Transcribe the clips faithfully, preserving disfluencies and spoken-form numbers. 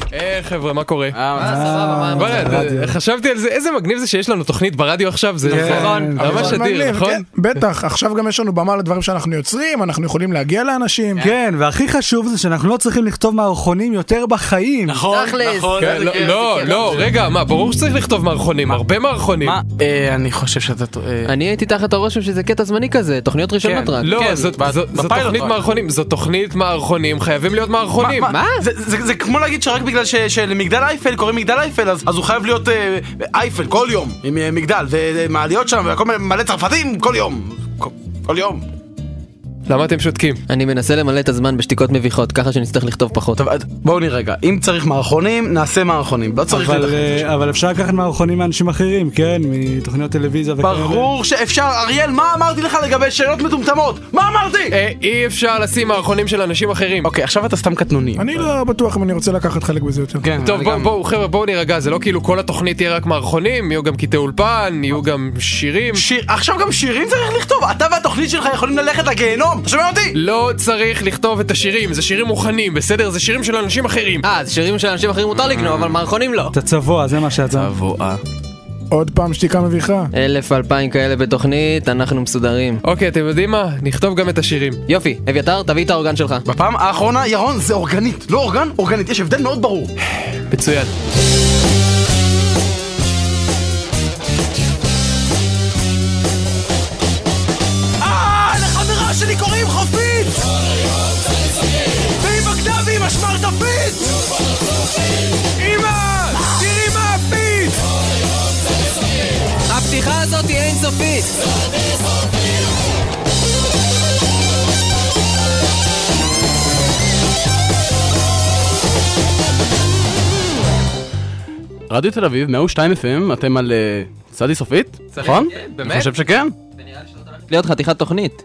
אה, חבר'ה, מה קורה? אה, סבבה, חשבתי על זה, איזה מגניב זה שיש לנו תוכנית ברדיו עכשיו, זה ממש אדיר, נכון? בטח, עכשיו גם יש לנו במה לדברים שאנחנו יוצרים, אנחנו יכולים להגיע לאנשים. כן, והכי חשוב זה שאנחנו לא צריכים לכתוב מערכונים יותר בחיים. נכון, נכון. לא, לא, רגע, מה, ברור שצריך לכתוב מערכונים, הרבה מערכונים. אני חושב שאתה טועה. אני הייתי תחת הרושם שזה קטע זמני כזה, תוכניות ראשונות רק. לא, זו תוכנית מערכונים, זו תוכנית מערכונים, חייבים להיות מערכונים. מה? זה כמו להגיד שרק בגלל שלמגדל אייפל קוראים מגדל אייפל, אז הוא חייב להיות אייפל כל יום, עם מגדל, ומעליות שם, וכל מלא צרפתים כל יום. כל יום. למה אתם שותקים? אני מנסה למלא את הזמן בשתיקות מביכות, ככה שנצטרך לכתוב פחות. טוב, בואו נראה רגע. אם צריך מערכונים, נעשה מערכונים. לא צריך אבל, לדחף. אבל אפשר לקחת מערכונים מאנשים אחרים, כן? מתוכניות טלוויזיה וכאלה. ברור שאפשר. אריאל, מה אמרתי לך לגבי שאלות מטומטמות? מה אמרתי? אי אפשר לשים מערכונים של אנשים אחרים. אוקיי, עכשיו אתה סתם קטנוני. אני לא בטוח אם אני רוצה לקחת חלק בזה יותר. טוב, בואו, חבר'ה, בואו נירגע. זה לא כאילו כל התוכנית תהיה רק מערכונים, יהיו גם קטעי אולפן, יהיו גם שירים. עכשיו גם שירים צריך לכתוב. אתה והתוכנית שלך יכולים ללכת לגיהנום. אתה שומע אותי? לא צריך לכתוב את השירים, זה שירים מוכנים, בסדר? זה שירים של אנשים אחרים. אה, זה שירים של אנשים אחרים מותר לקנות, אבל מערכונים לא. אתה צבוע, זה מה שאתה. צבוע. עוד פעם שתיקה מביכה. אלף אלפיים כאלה בתוכנית, אנחנו מסודרים. אוקיי, אתם יודעים מה? נכתוב גם את השירים. יופי, אביתר, תביא את האורגן שלך. בפעם האחרונה, ירון, זה אורגנית. לא אורגן, אורגנית. יש הבדל מאוד ברור. מצוין. אה, לחברה שלי קוראים חופית! והיא בגדה והיא משמרטפית! אמא! תראי מה הפית! הפתיחה הזאת היא אינסופית. רדיו תל אביב, מאה ושתיים אף אם, אתם על צדי סופית? נכון? באמת? אני חושב שכן. להיות חתיכת תוכנית.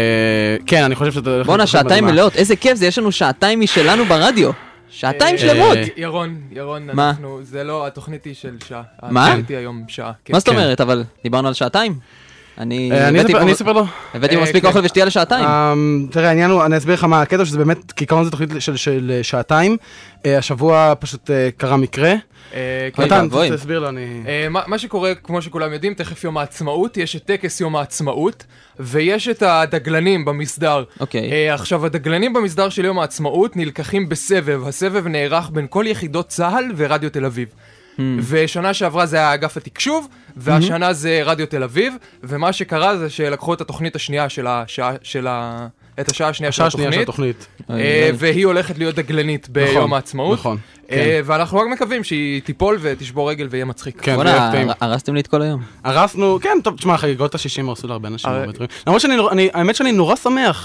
כן, אני חושב שאתה... בואנה, שעתיים מלאות, איזה כיף, זה יש לנו שעתיים משלנו ברדיו. שעתיים שלמות. ירון, ירון, מה? אנחנו, זה לא, התוכנית היא של שעה. מה? התוכנית היא היום שעה. מה זאת אומרת? אבל דיברנו על שעתיים. אני אני אספר לו. הבאתי מספיק אוכל ושתייה לשעתיים. תראה, העניין הוא, אני אסביר לך מה הקטע, שזה באמת, כעיקרון זה תוכנית של שעתיים. השבוע פשוט קרה מקרה. מתן, תסביר לו, אני... מה שקורה, כמו שכולם יודעים, תכף יום העצמאות, יש את טקס יום העצמאות, ויש את הדגלנים במסדר. אוקיי. עכשיו, הדגלנים במסדר של יום העצמאות נלקחים בסבב. הסבב נערך בין כל יחידות צה"ל ורדיו תל אביב. ושנה שעברה זה היה אגף התקשוב, והשנה זה רדיו תל אביב, ומה שקרה זה שלקחו את התוכנית השנייה של השעה, של ה... את השעה השנייה של התוכנית, והיא הולכת להיות דגלנית ביום העצמאות, נכון. ואנחנו רק מקווים שהיא תיפול ותשבור רגל ויהיה מצחיק. בוא'נה, הרסתם לי את כל היום. הרסנו, כן, טוב, תשמע, חגיגות ה-שישים הרסו להרבה אנשים. למרות שאני, האמת שאני נורא שמח,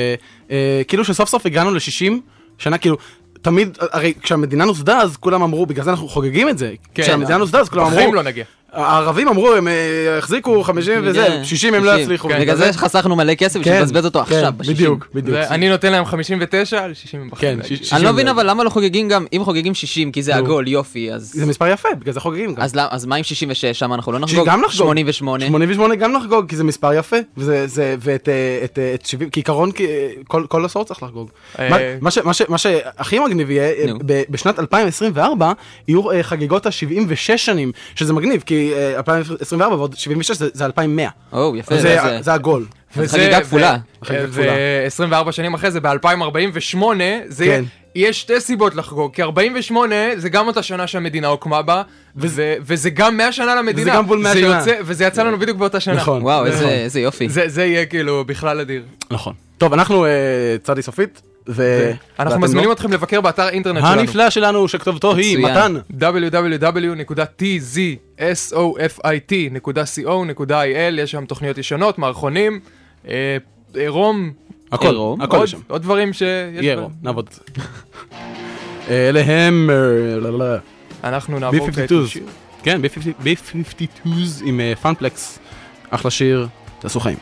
כאילו שסוף סוף הגענו ל-שישים שנה, כאילו, תמיד, הרי כשהמדינה נוסדה אז כולם אמרו, בגלל זה אנחנו חוגגים את זה, כשהמדינה נוסדה אז כולם אמרו, בחיים לא נגיע. הערבים אמרו, הם החזיקו חמישים וזה, שישים הם לא יצליחו. בגלל זה חסכנו מלא כסף ושבזבז אותו עכשיו, ב-שישים. בדיוק, בדיוק. אני נותן להם חמישים ותשע על שישים בחיים. אני לא מבין אבל למה לא חוגגים גם, אם חוגגים שישים, כי זה עגול, יופי, אז... זה מספר יפה, בגלל זה חוגגים גם. אז מה עם שישים ושש, שם אנחנו לא נחגוג? גם נחגוג. שמונים ושמונה. שמונים ושמונה גם נחגוג, כי זה מספר יפה, ואת שבעים, כעיקרון, כל עשור צריך לחגוג. מה שהכי מגניב יהיה, בשנת אלפיים עשרים וארבע יהיו חגיגות ה-שבעים ושש שנים, שזה מגניב, כי אלפיים עשרים וארבע ועוד שבעים ושש זה אלפיים ומאה. או, יפה. זה הגול. חגיגה כפולה. ו-עשרים וארבע שנים אחרי זה, ב-אלפיים ארבעים ושמונה, יש שתי סיבות לחגוג, כי ארבעים ושמונה זה גם אותה שנה שהמדינה הוקמה בה, וזה גם מאה שנה למדינה. וזה גם בול מאה שנה. וזה יצא לנו בדיוק באותה שנה. נכון. וואו, איזה יופי. זה יהיה כאילו בכלל אדיר. נכון. טוב, אנחנו צדי סופית. אנחנו מזמינים אתכם לבקר באתר האינטרנט שלנו הנפלא שלנו שכתובתו היא מתן דאבליו דאבליו דאבליו נקודה טי זי סופית נקודה סי או נקודה איי אל. יש שם תוכניות ישנות, מערכונים, רום, הכל, הכל שם. עוד דברים שיש יהיה רום, נעבוד אליהם אנחנו נעבור כן, בי חמישים ושתיים עם פאנפלקס, אחלה שיר, תעשו חיים.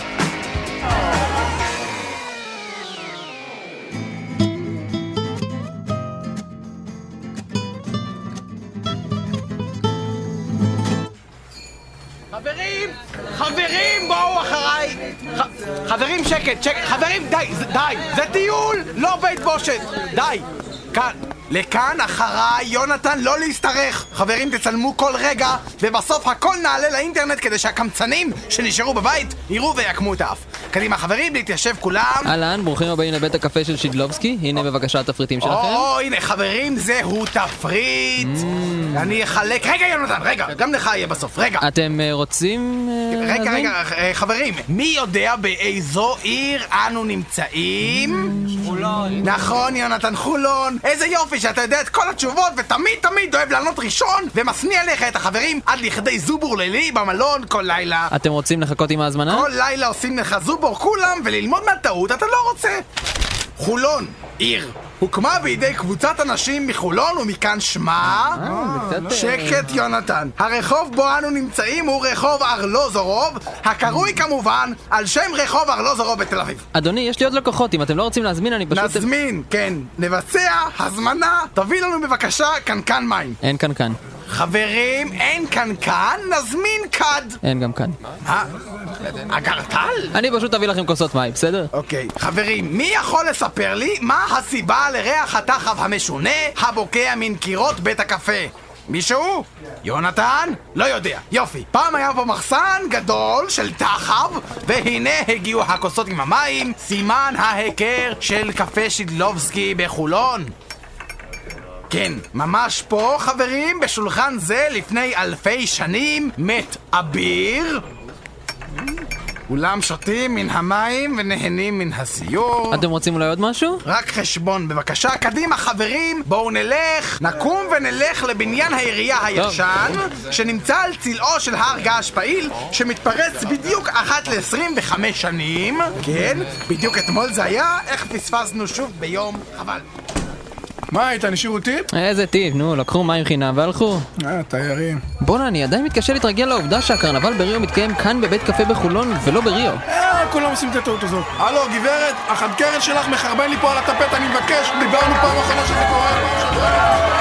חברים, חברים, בואו אחריי. חברים, שקט, שקט. חברים, די, די. זה טיול, לא בית בושת. די. כאן. לכאן אחריי, יונתן, לא להסתרך. חברים, תצלמו כל רגע, ובסוף הכל נעלה לאינטרנט כדי שהקמצנים שנשארו בבית יראו ויקמו את האף. קדימה חברים, להתיישב כולם. אהלן, ברוכים הבאים לבית הקפה של שידלובסקי. הנה בבקשה התפריטים שלכם. או, הנה חברים, זהו תפריט. אני אחלק... רגע יונתן, רגע, גם לך יהיה בסוף, רגע. אתם רוצים... רגע, רגע, חברים, מי יודע באיזו עיר אנו נמצאים? חולון. נכון יונתן, חולון. איזה יופי שאתה יודע את כל התשובות ותמיד תמיד אוהב לענות ראשון ומסניע לך את החברים עד לכדי זובור לילי במלון כל לילה. אתם רוצים לחכות עם ההזמנה? כל לילה עושים לך זובור כולם וללמוד מהטעות אתה לא רוצה. חולון, עיר, הוקמה בידי קבוצת אנשים מחולון ומכאן שמה... שקט יונתן. הרחוב בו אנו נמצאים הוא רחוב ארלוזורוב, הקרוי כמובן על שם רחוב ארלוזורוב בתל אביב. אדוני, יש לי עוד לקוחות, אם אתם לא רוצים להזמין אני פשוט... נזמין, כן. נבצע הזמנה. תביא לנו בבקשה קנקן מים. אין כאן כאן. חברים, אין קנקן, נזמין קד. אין גם כאן. מה? אגרטל? אני פשוט אביא לכם כוסות מים, בסדר? אוקיי. חברים, מי יכול לספר לי מה הסיבה לריח התחב המשונה הבוקע מן קירות בית הקפה? מישהו? יונתן? לא יודע. יופי. פעם היה פה מחסן גדול של תחב, והנה הגיעו הכוסות עם המים, סימן ההיכר של קפה שידלובסקי בחולון. כן, ממש פה, חברים, בשולחן זה לפני אלפי שנים מת אביר. כולם שותים מן המים ונהנים מן הסיור. אתם רוצים אולי עוד משהו? רק חשבון בבקשה. קדימה חברים, בואו נלך, נקום ונלך לבניין העירייה הישן שנמצא על צלעו של הר געש פעיל שמתפרץ בדיוק אחת ל-עשרים וחמש שנים. כן, בדיוק אתמול זה היה. איך פספסנו שוב ביום, חבל. מה, איתן, השאירו טיפ? איזה טיפ, נו, לקחו מים חינם והלכו. אה, תיירים. בוא'נה, אני עדיין מתקשה להתרגל לעובדה שהקרנבל בריו מתקיים כאן בבית קפה בחולון ולא בריו. אה, כולם עושים את הטעות הזאת. הלו, גברת, החדקרת שלך מחרבן לי פה על הטפט, אני מבקש, דיברנו פעם אחרונה שזה קורה.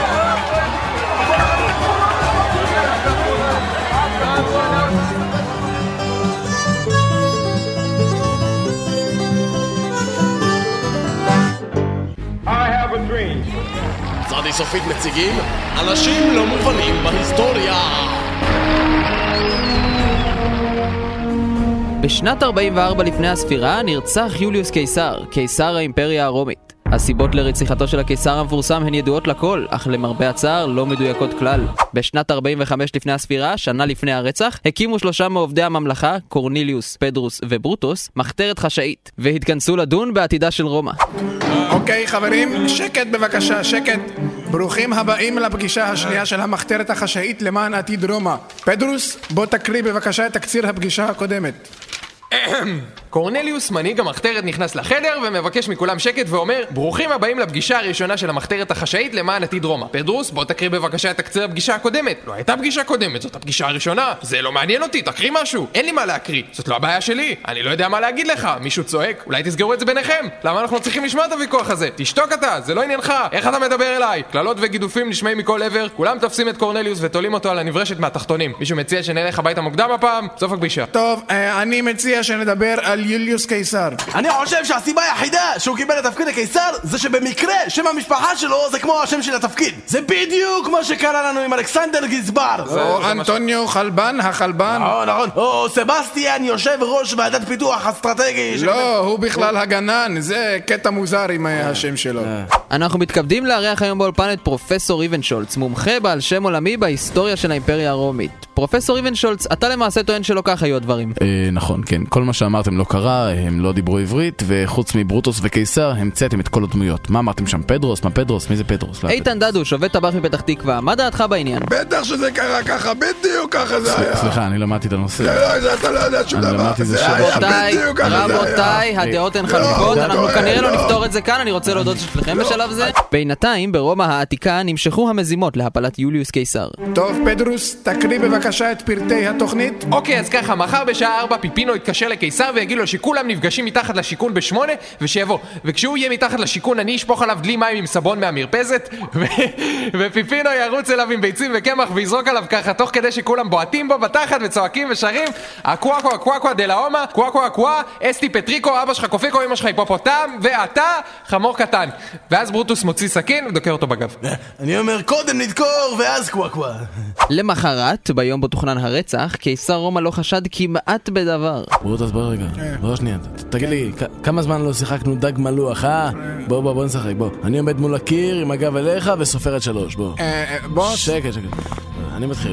צעדי סופית מציגים אנשים לא מובנים בהיסטוריה. בשנת ארבעים וארבע לפני הספירה נרצח יוליוס קיסר, קיסר האימפריה הרומית. הסיבות לרציחתו של הקיסר המפורסם הן ידועות לכל, אך למרבה הצער לא מדויקות כלל. בשנת ארבעים וחמש לפני הספירה, שנה לפני הרצח, הקימו שלושה מעובדי הממלכה, קורניליוס, פדרוס וברוטוס, מחתרת חשאית, והתכנסו לדון בעתידה של רומא. אוקיי חברים, שקט בבקשה, שקט. ברוכים הבאים לפגישה השנייה של המחתרת החשאית למען עתיד רומא. פדרוס, בוא תקריא בבקשה את תקציר הפגישה הקודמת. קורנליוס, מנהיג המחתרת, נכנס לחדר ומבקש מכולם שקט ואומר: ברוכים הבאים לפגישה הראשונה של המחתרת החשאית למען עתיד רומא. פדרוס, בוא תקריא בבקשה את תקציר הפגישה הקודמת. לא הייתה פגישה קודמת, זאת הפגישה הראשונה. זה לא מעניין אותי, תקריא משהו. אין לי מה להקריא, זאת לא הבעיה שלי. אני לא יודע מה להגיד לך. מישהו צועק? אולי תסגרו את זה ביניכם. למה אנחנו צריכים לשמוע את הוויכוח הזה? תשתוק אתה, זה לא עניינך. איך אתה מדבר אליי? קללות וגידופים נשמעים מכל עבר. כולם תופסים את קורנליוס ותולים אותו על הנברשת מהתחתונים. מישהו מציע שנלך הביתה מוקדם הפעם? סוף הפגישה. טוב, אני מציע שנדבר על יוליוס קיסר. אני חושב שהסיבה היחידה שהוא קיבל את תפקיד הקיסר זה שבמקרה שם המשפחה שלו זה כמו השם של התפקיד. זה בדיוק מה שקרה לנו עם אלכסנדר גזבר. או אנטוניו חלבן, החלבן. נכון, נכון. או סבסטיאן, יושב ראש ועדת פיתוח אסטרטגי. לא, הוא בכלל הגנן. זה קטע מוזר עם השם שלו. אנחנו מתכבדים לארח היום באולפן את פרופסור איבנשולץ, מומחה בעל שם עולמי בהיסטוריה של האימפריה הרומית. פרופסור איבנשולץ, אתה למעשה טוען שלא כך היו הדברים. נכון, כן. כל מה שאמרתם לא קרה, הם לא דיברו עברית, וחוץ מברוטוס וקיסר, המצאתם את כל הדמויות. מה אמרתם שם? פדרוס? מה פדרוס? מי זה פדרוס? איתן דדוש, עובד טבח מפתח תקווה, מה דעתך בעניין? בטח שזה קרה ככה, בדיוק ככה זה היה. סליחה, אני למדתי את הנושא. לא, אתה לא יודע שום דבר. רבותיי, רבותיי, הדעות הן חלוקות, אנחנו כנראה לא נפתור את זה כאן, אני רוצה להודות לשלכם בשלב זה. בינתיים, ברומא העתיקה נמשכו המזימות להפלת יוליוס קיסר. טוב, פדרוס, תקריא בבקשה את פרטי התוכנית. אוקיי, אז ככה, מחר בשעה ארבע פיפינו יתקשר לקיסר ויגיד לו שכולם נפגשים מתחת לשיכון בשמונה ושיבוא, וכשהוא יהיה מתחת לשיכון אני אשפוך עליו דלי מים עם סבון מהמרפסת ו... ופיפינו ירוץ אליו עם ביצים וקמח ויזרוק עליו ככה תוך כדי שכולם בועטים בו בתחת וצועקים ושרים אקוואקו אקוואקו דלאומה קוואקו אקווה אסטי פטריקו אבא שלך קופיקו אמא שלך היפופוטם ואתה חמור קטן. ואז ברוטוס מוציא מוציא סכין ודוקר אותו בגב. אני אומר קודם נדקור ואז קווה קווה. למחרת, ביום בו תוכנן הרצח, קיסר רומא לא חשד כמעט בדבר. ברוטוס, בוא רגע, בוא שנייה, תגיד לי, כמה זמן לא שיחקנו דג מלוח, אה? בוא בוא בוא נשחק, בוא. אני עומד מול הקיר עם הגב אליך וסופר את שלוש, בוא. בוס? שקט, שקט. אני מתחיל.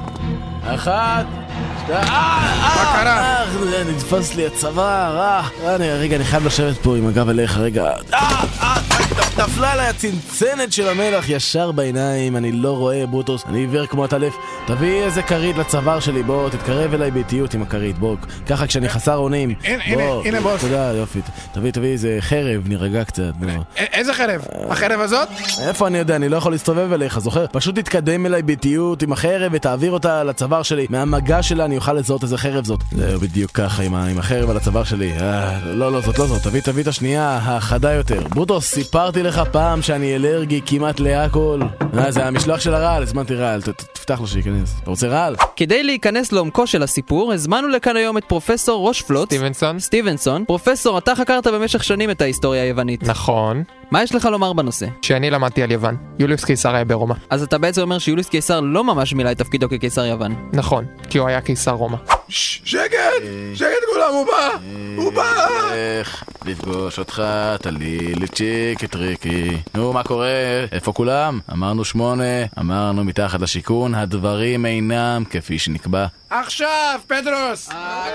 אחת, שתיים, מה קרה? נתפס לי הצוואר, אה, רגע, אני חייב לשבת פה עם הגב אליך, רגע. אה, אה, נפלה עליי הצנצנת של המלח ישר בעיניים, אני לא רואה ברוטוס, אני עיוור כמו הטלף. תביא איזה כרית לצוואר שלי, בוא, תתקרב אליי באיטיות עם הכרית, בוא, ככה כשאני חסר אונים. הנה, הנה בוס. תודה, יופי. תביא, תביא איזה חרב, נרגע קצת, בוא. איזה חרב? החרב הזאת? איפה אני יודע, אני לא יכול להסתובב אליך, זוכר? פשוט תתקדם אליי באיטיות עם החרב ותעביר אותה לצוואר שלי. מהמגע שלה אני אוכל לזהות איזה חרב זאת. זהו בדיוק ככה עם, עם החרב על הצוואר שלי. אה, לא, לא, זאת לא זאת. תביא, תביא את השנייה, החדה יותר. ברוטוס, סיפרתי לך פעם שאני אלרגי כמעט להכל. אה, זה המשלוח של הרעל, הזמנתי רעל. תפתח לו שייכנס. אתה רוצה רעל? כדי להיכנס לעומקו של הסיפור, הזמנו לכאן היום את פרופסור רושפלוט. סטיבנסון. סטיבנסון. פרופסור, אתה חקרת במשך שנים את ההיסטוריה היוונית. נכון. מה יש לך לומר בנושא? שאני למדתי על יוון. יוליוס קיסר היה ברומא. אז אתה בעצם אומר שיוליוס קיסר לא ממש מילא את תפקידו כקיסר יוון. נכון, כי הוא היה קיסר רומא. שקט! שקט כולם, הוא בא! הוא בא! איך לפגוש אותך, תלי לצ'יקי טריקי. נו, מה קורה? איפה כולם? אמרנו שמונה, אמרנו מתחת לשיקון, הדברים אינם כפי שנקבע. עכשיו, פדרוס!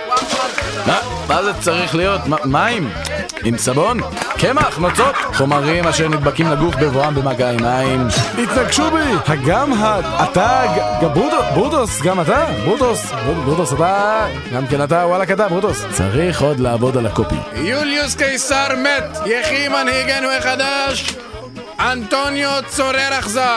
מה? מה זה צריך להיות? מים? עם סבון? קמח, נוצות? חומרים אשר נדבקים לגוף בבואם במגע עם מים. התנגשו בי! הגם אתה, ברוטוס, גם אתה? ברוטוס, ברוטוס, אתה, גם כן אתה, וואלה כתה, ברוטוס. צריך עוד לעבוד על הקופי. יוליוס קיסר מת, יחי מנהיגנו החדש, אנטוניו צורר אכזר.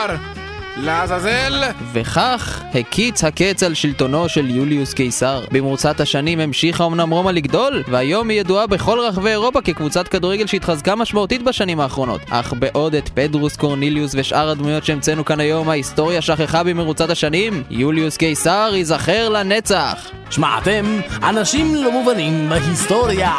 לעזאזל. וכך הקיץ הקץ על שלטונו של יוליוס קיסר. במרוצת השנים המשיכה אמנם רומא לגדול, והיום היא ידועה בכל רחבי אירופה כקבוצת כדורגל שהתחזקה משמעותית בשנים האחרונות. אך בעוד את פדרוס קורניליוס ושאר הדמויות שהמצאנו כאן היום ההיסטוריה שכחה במרוצת השנים, יוליוס קיסר ייזכר לנצח. שמעתם? אנשים לא מובנים בהיסטוריה.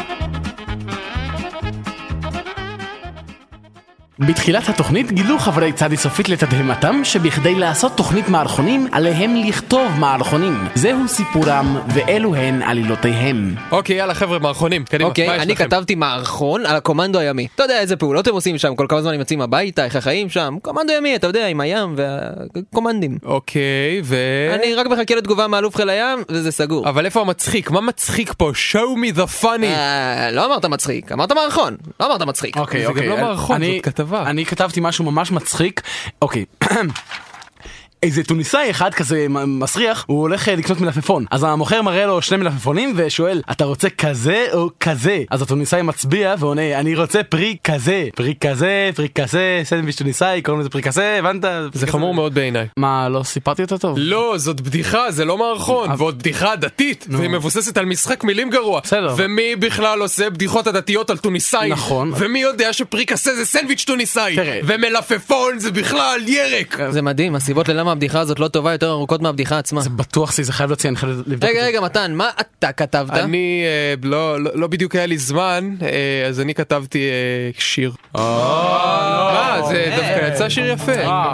בתחילת התוכנית גילו חברי צדי סופית לתדהמתם שבכדי לעשות תוכנית מערכונים עליהם לכתוב מערכונים. זהו סיפורם ואלו הן עלילותיהם. אוקיי, יאללה חבר'ה, מערכונים, קדימה. אוקיי, אני כתבתי מערכון על הקומנדו הימי. אתה יודע איזה פעולות הם עושים שם, כל כמה זמן הם יוצאים הביתה, איך החיים שם. קומנדו ימי, אתה יודע, עם הים והקומנדים. אוקיי, ו... אני רק מחכה לתגובה מאלוף חיל הים וזה סגור. אבל איפה המצחיק? מה מצחיק פה? Show me the funny. לא אמרת מצחיק, אמרת מערכון. לא אמרת מצחיק. אוקיי, זה גם לא מערכון, זאת כתבה. אני כתבתי משהו ממש מצחיק. אוקיי. איזה טוניסאי אחד כזה מסריח, הוא הולך לקנות מלפפון. אז המוכר מראה לו שני מלפפונים ושואל, אתה רוצה כזה או כזה? אז הטוניסאי מצביע ועונה, אני רוצה פרי כזה. פרי כזה, פרי כזה, סנדוויץ' טוניסאי, קוראים לזה פרי כזה, הבנת? זה חמור מאוד בעיניי. מה, לא סיפרתי אותה טוב? לא, זאת בדיחה, זה לא מערכון. ועוד בדיחה דתית, והיא מבוססת על משחק מילים גרוע. בסדר. ומי בכלל עושה בדיחות הדתיות על טוניסאים? נכון. ומי יודע שפרי כזה זה סנדוויץ' טוניסאי? ומלפפון זה בכלל ירק. זה מדהים, הסיבות ללמה הבדיחה הזאת לא טובה יותר ארוכות מהבדיחה עצמה. זה בטוח זה חייב להוציא, אני חייב לבדוק. רגע, רגע, מתן, מה אתה כתבת? אני, לא, לא בדיוק היה לי זמן, אז אני כתבתי שיר. אה, זה דווקא יצא שיר יפה.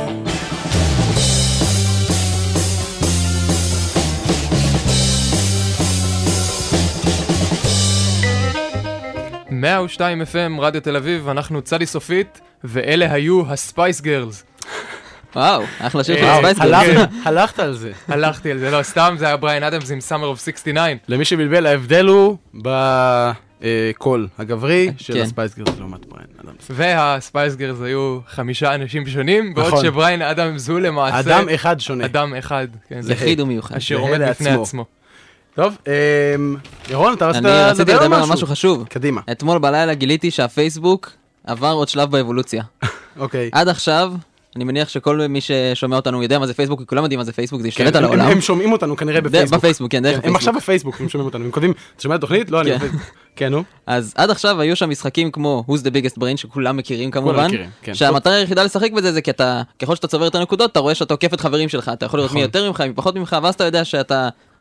מאה ושתיים אף אם, רדיו תל אביב, אנחנו צדי סופית, ואלה היו הספייס גרלס. וואו, אחלה שיר של הספייס גרלס. הלכת על זה. הלכתי על זה, לא, סתם זה היה בריין אדמס עם Summer of שישים ותשע. למי שבלבל, ההבדל הוא בקול הגברי של הספייס גרלס לעומת בריין אדמס. והספייס גרלס היו חמישה אנשים שונים, בעוד שבריין אדמס הוא למעשה... אדם אחד שונה. אדם אחד, כן. יחיד ומיוחד. אשר עומד בפני עצמו. טוב, ירון, אתה רצית לדבר על משהו? אני רציתי לדבר על משהו חשוב. קדימה. אתמול בלילה גיליתי שהפייסבוק עבר עוד שלב באבולוציה. אוקיי. עד עכשיו, אני מניח שכל מי ששומע אותנו יודע מה זה פייסבוק, כולם יודעים מה זה פייסבוק, זה ישתלט על העולם. הם שומעים אותנו כנראה בפייסבוק. בפייסבוק, כן, דרך פייסבוק. הם עכשיו בפייסבוק, הם שומעים אותנו. הם כותבים, אתה שומע את התוכנית? לא, אני בפייסבוק. כן, נו. אז עד עכשיו היו שם משחקים כמו Who's the biggest brain, שכולם מכירים כמובן. שהמטרה היחידה לשחק בזה זה כי אתה, ככל שאתה צובר את הנקודות, אתה רואה שאתה עוקף את חברים שלך, אתה יכול לראות מי יותר ממך, מי פחות ממך, ואז אתה יודע שאתה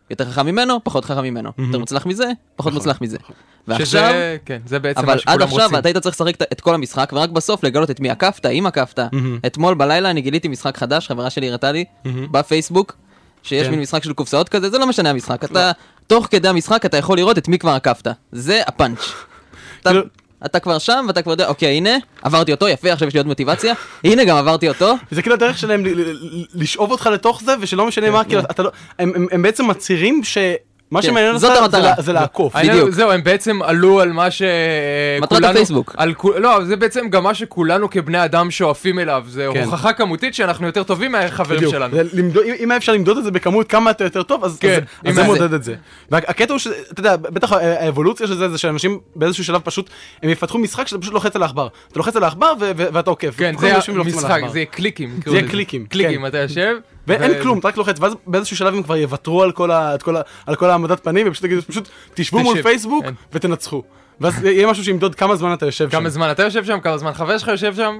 יותר חכם ממנו, פחות חכם ממנו. יותר מוצלח מזה, פחות מוצלח מזה. ועכשיו, כן, זה בעצם אבל עד עכשיו אתה היית צריך לשחק את כל המשחק, ורק בסוף לגלות את מי עקפת, אם עקפת. אתמול בלילה אני גיליתי משחק חדש, חברה שלי הראתה לי, בפייסבוק, שיש מין משחק של קופסאות כזה, זה לא משנה המשחק. אתה, תוך כדי המשחק אתה יכול לראות את מי כבר עקפת. זה הפאנץ'. אתה כבר שם, ואתה כבר יודע, אוקיי, הנה, עברתי אותו, יפה, עכשיו יש לי עוד מוטיבציה, הנה גם עברתי אותו. וזה כאילו הדרך שלהם לשאוב אותך לתוך זה, ושלא משנה מה, כאילו, הם בעצם מצהירים ש... מה שמעניין אותך זה לעקוף. בדיוק. זהו, הם בעצם עלו על מה ש... מטרת הפייסבוק. לא, זה בעצם גם מה שכולנו כבני אדם שואפים אליו. זה הוכחה כמותית שאנחנו יותר טובים מהחברים שלנו. אם אפשר למדוד את זה בכמות כמה אתה יותר טוב, אז זה מודד את זה. והקטע הוא שאתה יודע, בטח האבולוציה של זה, זה שאנשים באיזשהו שלב פשוט, הם יפתחו משחק שאתה פשוט לוחץ על העכבר. אתה לוחץ על העכבר ואתה עוקף. כן, זה משחק, זה קליקים. זה קליקים. קליקים, אתה יושב. ואין כלום, אתה רק לוחץ, ואז באיזשהו שלב הם כבר יוותרו על כל ה, כל ה, על כל העמדת פנים, ופשוט תגידו, פשוט תשבו מול פייסבוק ותנצחו. ואז יהיה משהו שימדוד כמה זמן אתה יושב שם. כמה זמן אתה יושב שם, כמה זמן חבר שלך יושב שם,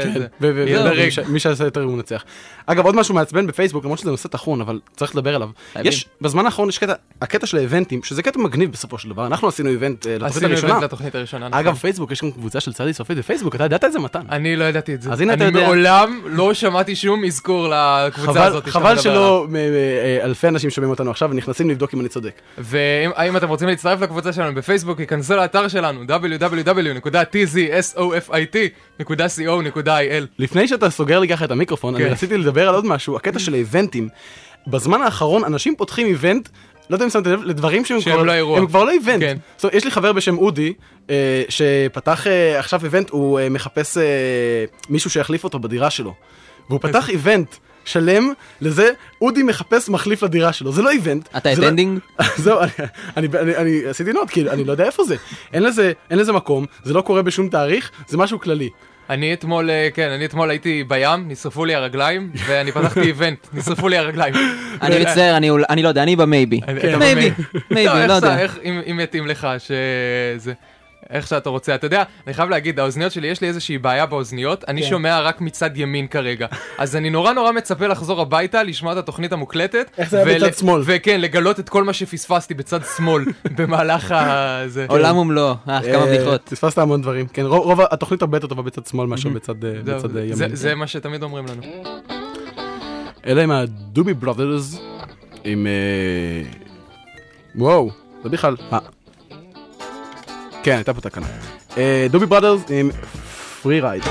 ומי שעשה יותר הוא מנצח. אגב, עוד משהו מעצבן בפייסבוק, למרות שזה נושא תחון, אבל צריך לדבר עליו. יש, בזמן האחרון יש קטע, הקטע של האיבנטים, שזה קטע מגניב בסופו של דבר. אנחנו עשינו איבנט לתוכנית הראשונה. אגב, פייסבוק, יש גם קבוצה של צדי סופית בפייסבוק, אתה ידעת את זה מתן? אני לא ידעתי את זה. אז הנה אתה יודע. אני מעולם לא שמעתי שום אזכור לקבוצה הזאת. חבל שלא אלפי אנשים שומעים אותנו עכשיו ונכנסים לבדוק אם אני צודק. ואם אתם רוצים להצטרף לקבוצה שלנו בפייסבוק, ייכנסו לאתר שלנו דאבליו דאבליו דאבליו נקודה טי זי אס או אף איי טי נקודה סי או נקודה איי אל. לפני שאתה סוגר לי ככה את המיקרופון, אני רציתי לדבר על עוד משהו, הקטע של האיבנטים. בזמן האחרון אנשים פותחים איבנט, לא יודע אם שמתם לב, לדברים שהם כבר לא איבנט. יש לי חבר בשם אודי, שפתח עכשיו איבנט, הוא מחפש מישהו שיחליף אותו בדירה שלו. והוא פתח איבנט שלם לזה, אודי מחפש מחליף לדירה שלו. זה לא איבנט. אתה אטנדינג? זהו, אני עשיתי נוט, כי אני לא יודע איפה זה. אין לזה מקום, זה לא קורה בשום תאריך, זה משהו כללי. אני אתמול, כן, אני אתמול הייתי בים, נשרפו לי הרגליים, ואני פתחתי איבנט, נשרפו לי הרגליים. אני מצטער, אני לא יודע, אני במייבי. מייבי, מייבי, לא יודע. אם יתאים לך שזה... איך שאתה רוצה, אתה יודע, אני חייב להגיד, האוזניות שלי, יש לי איזושהי בעיה באוזניות, אני שומע רק מצד ימין כרגע, אז אני נורא נורא מצפה לחזור הביתה, לשמוע את התוכנית המוקלטת, איך זה היה בצד שמאל? וכן, לגלות את כל מה שפספסתי בצד שמאל, במהלך הזה. עולם ומלואו, אה, כמה בדיחות. פספסת המון דברים, כן, רוב התוכנית הרבה יותר טובה בצד שמאל מאשר בצד ימין. זה מה שתמיד אומרים לנו. אלה עם הדובי ברודרס, עם... וואו, זה בכלל... כן, הייתה פה תקנה. דובי ברודרס עם פרי רייד.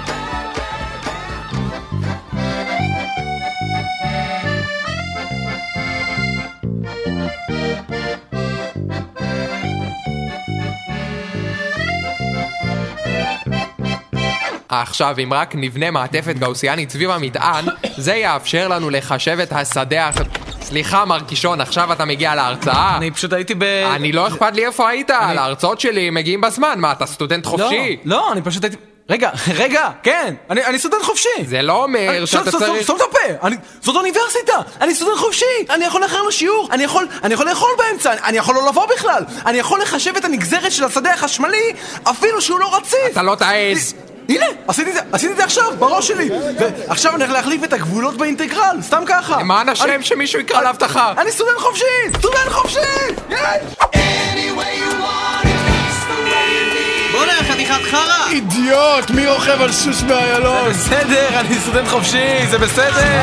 עכשיו, אם רק נבנה מעטפת גאוסיאנית סביב המטען, זה יאפשר לנו לחשב את השדה הח... סליחה מרקישון, עכשיו אתה מגיע להרצאה? אני פשוט הייתי ב... אני לא אכפת לי איפה היית, על ההרצאות שלי מגיעים בזמן, מה אתה סטודנט חופשי? לא, אני פשוט הייתי... רגע, רגע, כן, אני סטודנט חופשי. זה לא אומר שאתה צריך... סתום את הפה, זאת אוניברסיטה, אני סטודנט חופשי, אני יכול לאחר לשיעור, אני יכול לאכול באמצע, אני יכול לא לבוא בכלל, אני יכול לחשב את הנגזרת של השדה החשמלי, אפילו שהוא לא רציף. אתה לא תעז. הנה, עשיתי את זה, עשיתי את זה עכשיו, בראש שלי. ועכשיו אני הולך להחליף את הגבולות באינטגרל, סתם ככה. למען השם שמישהו יקרא להבטחה. אני סטודנט חופשי, סטודנט חופשי! בוא נראה חתיכת חרה! אידיוט, מי רוכב על סוס באיילון? זה בסדר, אני סטודנט חופשי, זה בסדר!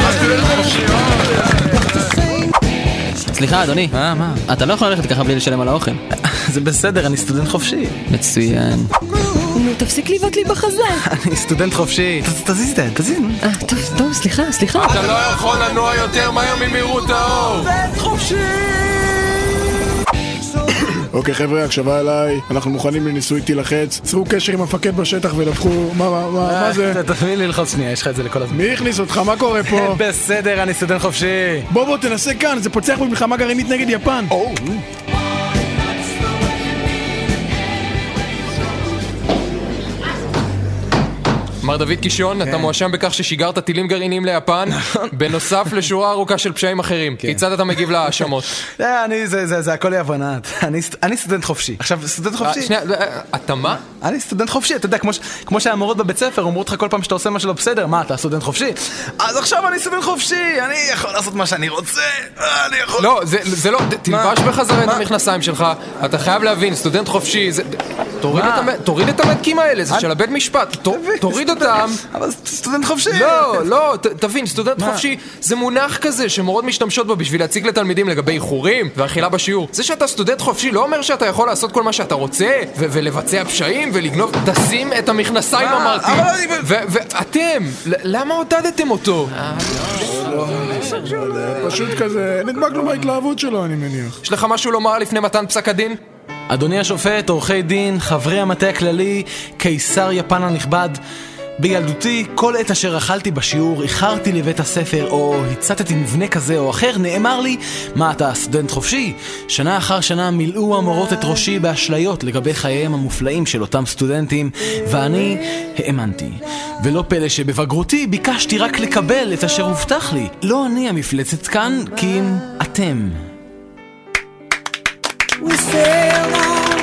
סליחה, אדוני. מה, מה? אתה לא יכול ללכת ככה בלי לשלם על האוכל. זה בסדר, אני סטודנט חופשי. מצוין. נו, תפסיק לבעוט לי בחזה. אני סטודנט חופשי. תזיז את זה, תזיז. אה, טוב, טוב, סליחה, סליחה. אתה לא יכול לנוע יותר מהר ממהירות האור. סטודנט חופשי! אוקיי חבר'ה, הקשבה אליי, אנחנו מוכנים לניסוי טיל לחץ. צרו קשר עם המפקד בשטח ולפחו, מה, מה, מה זה? תתחיל ללחוץ שנייה, יש לך את זה לכל הזמן. מי הכניס אותך? מה קורה פה? בסדר, אני סטודנט חופשי. בוא בוא, תנסה כאן, זה פוצח במלחמה גרעינית נגד יפן. מר דוד קישון, אתה מואשם בכך ששיגרת טילים גרעיניים ליפן, בנוסף לשורה ארוכה של פשעים אחרים. כיצד אתה מגיב להאשמות? אני, זה הכל יבנה. אני סטודנט חופשי. עכשיו, סטודנט חופשי... שנייה, אתה מה? אני סטודנט חופשי, אתה יודע, כמו שהמורות בבית ספר אומרות לך כל פעם שאתה עושה משהו לא בסדר, מה, אתה סטודנט חופשי? אז עכשיו אני סטודנט חופשי, אני יכול לעשות מה שאני רוצה, אני יכול... לא, זה לא, תלבש בחזרה את המכנסיים שלך, אתה חייב להבין, סטודנט חופשי, זה... תוריד את המדקים האלה, זה של הבית משפט, תוריד אותם. אבל סטודנט חופשי. לא, לא, תבין, סטודנט חופשי זה מונח כזה שמורות משתמשות בו בשביל להציג לתלמידים לגבי איחורים ואכילה בשיעור. זה שאתה סטודנט חופשי לא אומר שאתה יכול לעשות כל מה שאתה רוצה ולבצע פשעים ולגנוב. תשים את המכנסיים, אמרתי. ואתם, למה עודדתם אותו? פשוט כזה, נדבק לו מההתלהבות שלו, אני מניח. יש לך משהו לומר לפני מתן פסק הדין? אדוני השופט, עורכי דין, חברי המטה הכללי, קיסר יפן הנכבד, בילדותי, כל עת אשר אכלתי בשיעור, איחרתי לבית הספר או הצטתי מבנה כזה או אחר, נאמר לי, מה אתה סטודנט חופשי? שנה אחר שנה מילאו המורות את ראשי באשליות לגבי חייהם המופלאים של אותם סטודנטים, ואני האמנתי. ולא פלא שבבגרותי ביקשתי רק לקבל את אשר הובטח לי. לא אני המפלצת כאן, כי אם אתם. We sail on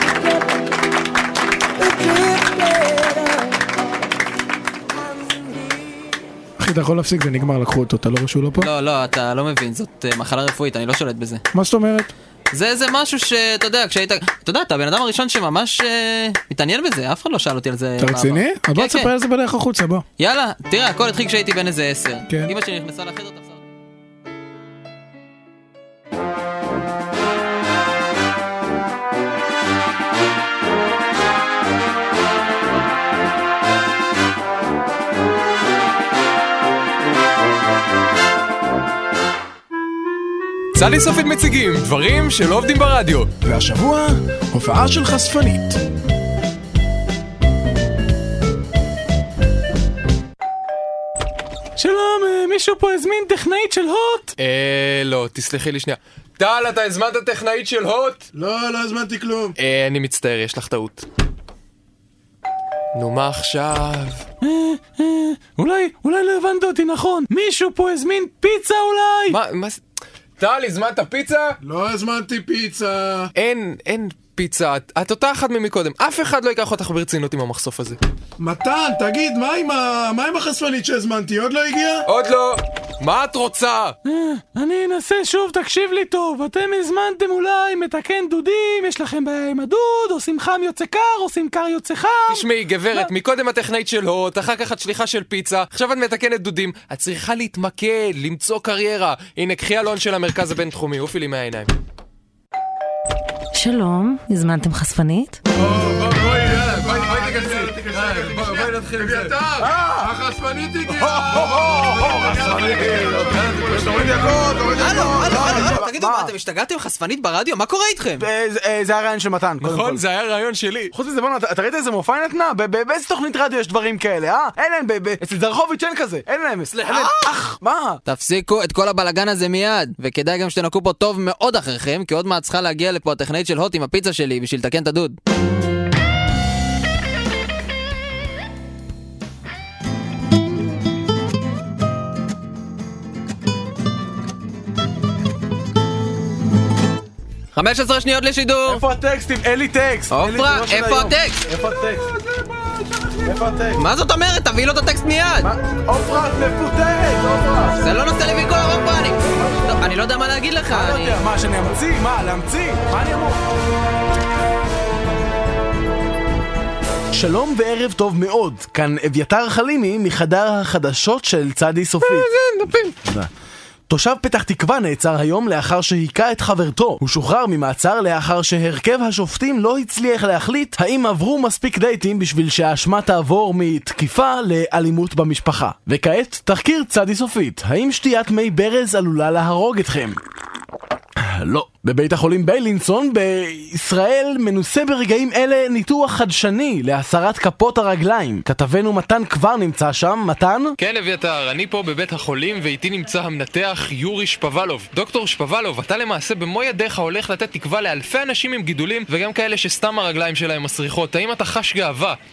אחי, אתה יכול להפסיק, זה נגמר, לקחו אותו, אתה לא רשו לו פה? לא, לא, אתה לא מבין, זאת מחלה רפואית, אני לא שולט בזה. מה זאת אומרת? זה איזה משהו שאתה יודע, כשהיית... אתה יודע, אתה הבן אדם הראשון שממש מתעניין בזה, אף אחד לא שאל אותי על זה. אתה רציני? אז בוא תספר על זה בדרך החוצה, בוא. יאללה, תראה, הכל התחיל כשהייתי בן איזה עשר. כן. אמא שלי נכנסה לחדר, תפסה. צדי סופית מציגים דברים שלא עובדים ברדיו. והשבוע, הופעה של חשפנית. שלום, מישהו פה הזמין טכנאית של הוט? אה, לא, תסלחי לי שנייה. טל, אתה הזמנת טכנאית של הוט? לא, לא הזמנתי כלום. אה, אני מצטער, יש לך טעות. נו, מה עכשיו? אה, אה, אולי, אולי לא הבנת אותי נכון. מישהו פה הזמין פיצה אולי? מה, מה... טל, הזמנת פיצה? לא הזמנתי פיצה. אין, אין פיצה. את, את אותה אחת ממקודם. אף אחד לא ייקח אותך ברצינות עם המחשוף הזה. מתן, תגיד, מה עם, ה... מה עם החשפנית שהזמנתי? עוד לא הגיע? עוד לא. מה את רוצה? אני אנסה שוב, תקשיב לי טוב. אתם הזמנתם אולי מתקן דודים, יש לכם בעיה עם הדוד, עושים חם יוצא קר, עושים קר יוצא חם. תשמעי, גברת, מקודם הטכנאית של הוט, אחר כך את שליחה של פיצה, עכשיו את מתקנת דודים. את צריכה להתמקד, למצוא קריירה. הנה, קחי אלון של המרכז הבינתחומי, אופי לי מהעיניים. שלום, הזמנתם חשפנית? בואי, יאללה, בואי תיכנסי. בואי נתחיל עם זה. החשפנית הגיעה! חשפנית! תוריד יקות, תוריד יקות! תגידו, מה, אתם השתגעתם חשפנית ברדיו? מה קורה איתכם? זה היה רעיון של מתן. נכון, זה היה רעיון שלי. חוץ מזה, בואו, אתה ראית איזה מופע נתנה? באיזה תוכנית רדיו יש דברים כאלה, אה? אין להם, אצל זרחוביץ' אין כזה. אין להם. סליחה? אך, מה? תפסיקו את כל הבלגן הזה מיד, וכדאי גם שתנקו פה טוב מאוד אחריכם, כי עוד מעט צריכה להגיע לפה הטכנאית של הוט עם הפיצה שלי בשביל לתקן את הדוד. חמש עשרה שניות לשידור. איפה הטקסטים? אין לי טקסט. אופרה, איפה הטקסט? איפה הטקסט? איפה הטקסט? מה זאת אומרת? תביא לו את הטקסט מיד. אופרה, את מפותרת, אופרה. זה לא נושא לי ויכוח, אופרה. אני לא יודע מה להגיד לך. מה לא יודע? מה, שאני אמציא? מה, להמציא? מה אני אמור? שלום וערב טוב מאוד. כאן אביתר חלימי מחדר החדשות של צדי סופית. כן, דפים. תודה. תושב פתח תקווה נעצר היום לאחר שהיכה את חברתו. הוא שוחרר ממעצר לאחר שהרכב השופטים לא הצליח להחליט האם עברו מספיק דייטים בשביל שהאשמה תעבור מתקיפה לאלימות במשפחה. וכעת, תחקיר צדי סופית. האם שתיית מי ברז עלולה להרוג אתכם? לא. בבית החולים ביילינסון בישראל מנוסה ברגעים אלה ניתוח חדשני להסרת כפות הרגליים. כתבנו מתן כבר נמצא שם. מתן? כן, אביתר, אני פה בבית החולים ואיתי נמצא המנתח יורי שפבלוב. דוקטור שפבלוב, אתה למעשה במו ידיך הולך לתת תקווה לאלפי אנשים עם גידולים וגם כאלה שסתם הרגליים שלהם מסריחות. האם אתה חש גאווה? לא.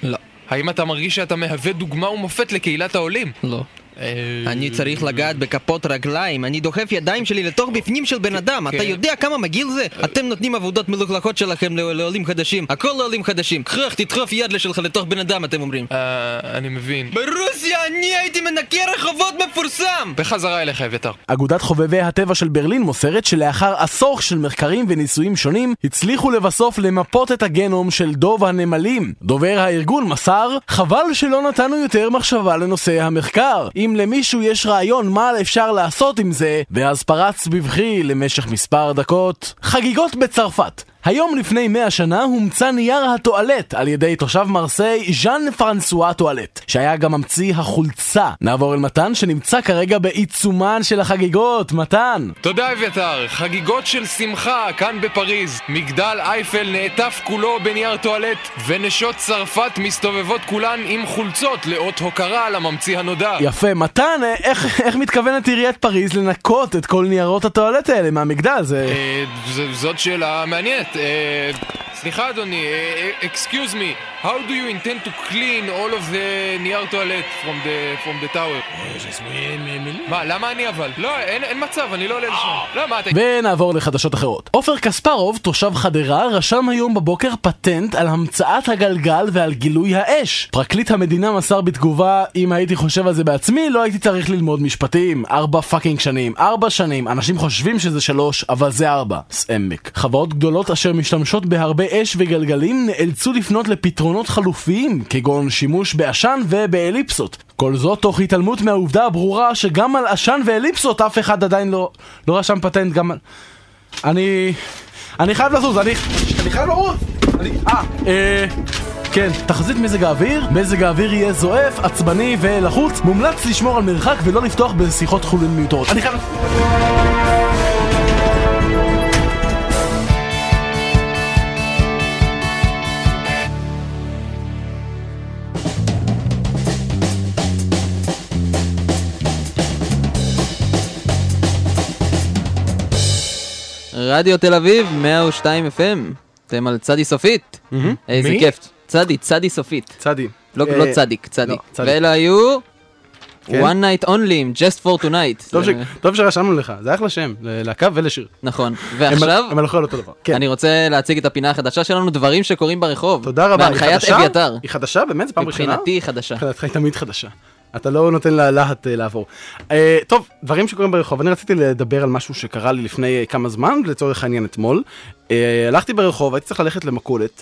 האם אתה מרגיש שאתה מהווה דוגמה ומופת לקהילת העולים? לא. אני צריך לגעת בכפות רגליים, אני דוחף ידיים שלי לתוך בפנים של בן אדם. אתה יודע כמה מגעיל זה? אתם נותנים עבודות מלוכלכות שלכם לעולים חדשים, הכל לעולים חדשים. קרח, תדחוף יד שלך לתוך בן אדם, אתם אומרים. אני מבין. ברוסיה אני הייתי מנקה רחובות מפורסם. בחזרה אליך, אביתר. אגודת חובבי הטבע של ברלין מוסרת שלאחר עשור של מחקרים וניסויים שונים הצליחו לבסוף למפות את הגנום של דוב הנמלים. דובר הארגון מסר, חבל שלא נתנו יותר מחשבה לנושא המחקר. אם למישהו יש רעיון מה אפשר לעשות עם זה, ואז פרץ בבכי למשך מספר דקות. חגיגות בצרפת. היום לפני מאה שנה הומצא נייר הטואלט על ידי תושב מרסיי ז'אן פרנסואה טואלט, שהיה גם ממציא החולצה. נעבור אל מתן שנמצא כרגע בעיצומן של החגיגות. מתן. תודה אביתר. חגיגות של שמחה כאן בפריז. מגדל אייפל נעטף כולו בנייר טואלט, ונשות צרפת מסתובבות כולן עם חולצות לאות הוקרה על הממציא הנודע. יפה. מתן, איך, איך מתכוונת עיריית פריז לנקות את כל ניירות הטואלט האלה מהמגדל? זה... אה, ז, זאת שאלה מעניינת. סליחה אדוני, excuse me, how do you intend to clean all of the נייר טואלט from the from the tower? מה, למה אני אבל? לא, אין מצב, אני לא עולה לשם. לא, מה אתה... ונעבור לחדשות אחרות. עופר קספרוב, תושב חדרה, רשם היום בבוקר פטנט על המצאת הגלגל ועל גילוי האש. פרקליט המדינה מסר בתגובה, אם הייתי חושב על זה בעצמי, לא הייתי צריך ללמוד משפטים. ארבע פאקינג שנים, ארבע שנים. אנשים חושבים שזה שלוש, אבל זה ארבע. סעמק. חברות גדולות אשר משתמשות בהרבה אש וגלגלים נאלצו לפנות לפתרונות חלופיים, כגון שימוש בעשן ובאליפסות. כל זאת תוך התעלמות מהעובדה הברורה שגם על עשן ואליפסות אף אחד עדיין לא, לא רשם פטנט. גם על... אני... אני חייב לזוז, אני... אני חייב לרוץ! אני... אה... אה... כן, תחזית מזג האוויר. מזג האוויר יהיה זועף, עצבני ולחוץ. מומלץ לשמור על מרחק ולא לפתוח בשיחות חולין מיותרות. אני חייב... רדיו תל אביב, מאה ושתיים אף אם. אתם על צדי סופית. איזה כיף. צדי, צדי סופית. צדי. לא צדיק, צדי. ואלה היו One Night Only, Just for Tonight. טוב שרשמנו לך, זה אחלה שם, להקה ולשיר. נכון. ועכשיו, הם הלכו על אותו דבר. אני רוצה להציג את הפינה החדשה שלנו, דברים שקורים ברחוב. תודה רבה. בהנחיית אביתר. היא חדשה? באמת? זה פעם ראשונה? מבחינתי היא חדשה. מבחינתך היא תמיד חדשה. אתה לא נותן לה להט לעבור. טוב, דברים שקורים ברחוב. אני רציתי לדבר על משהו שקרה לי לפני כמה זמן, לצורך העניין אתמול. הלכתי ברחוב, הייתי צריך ללכת למכולת,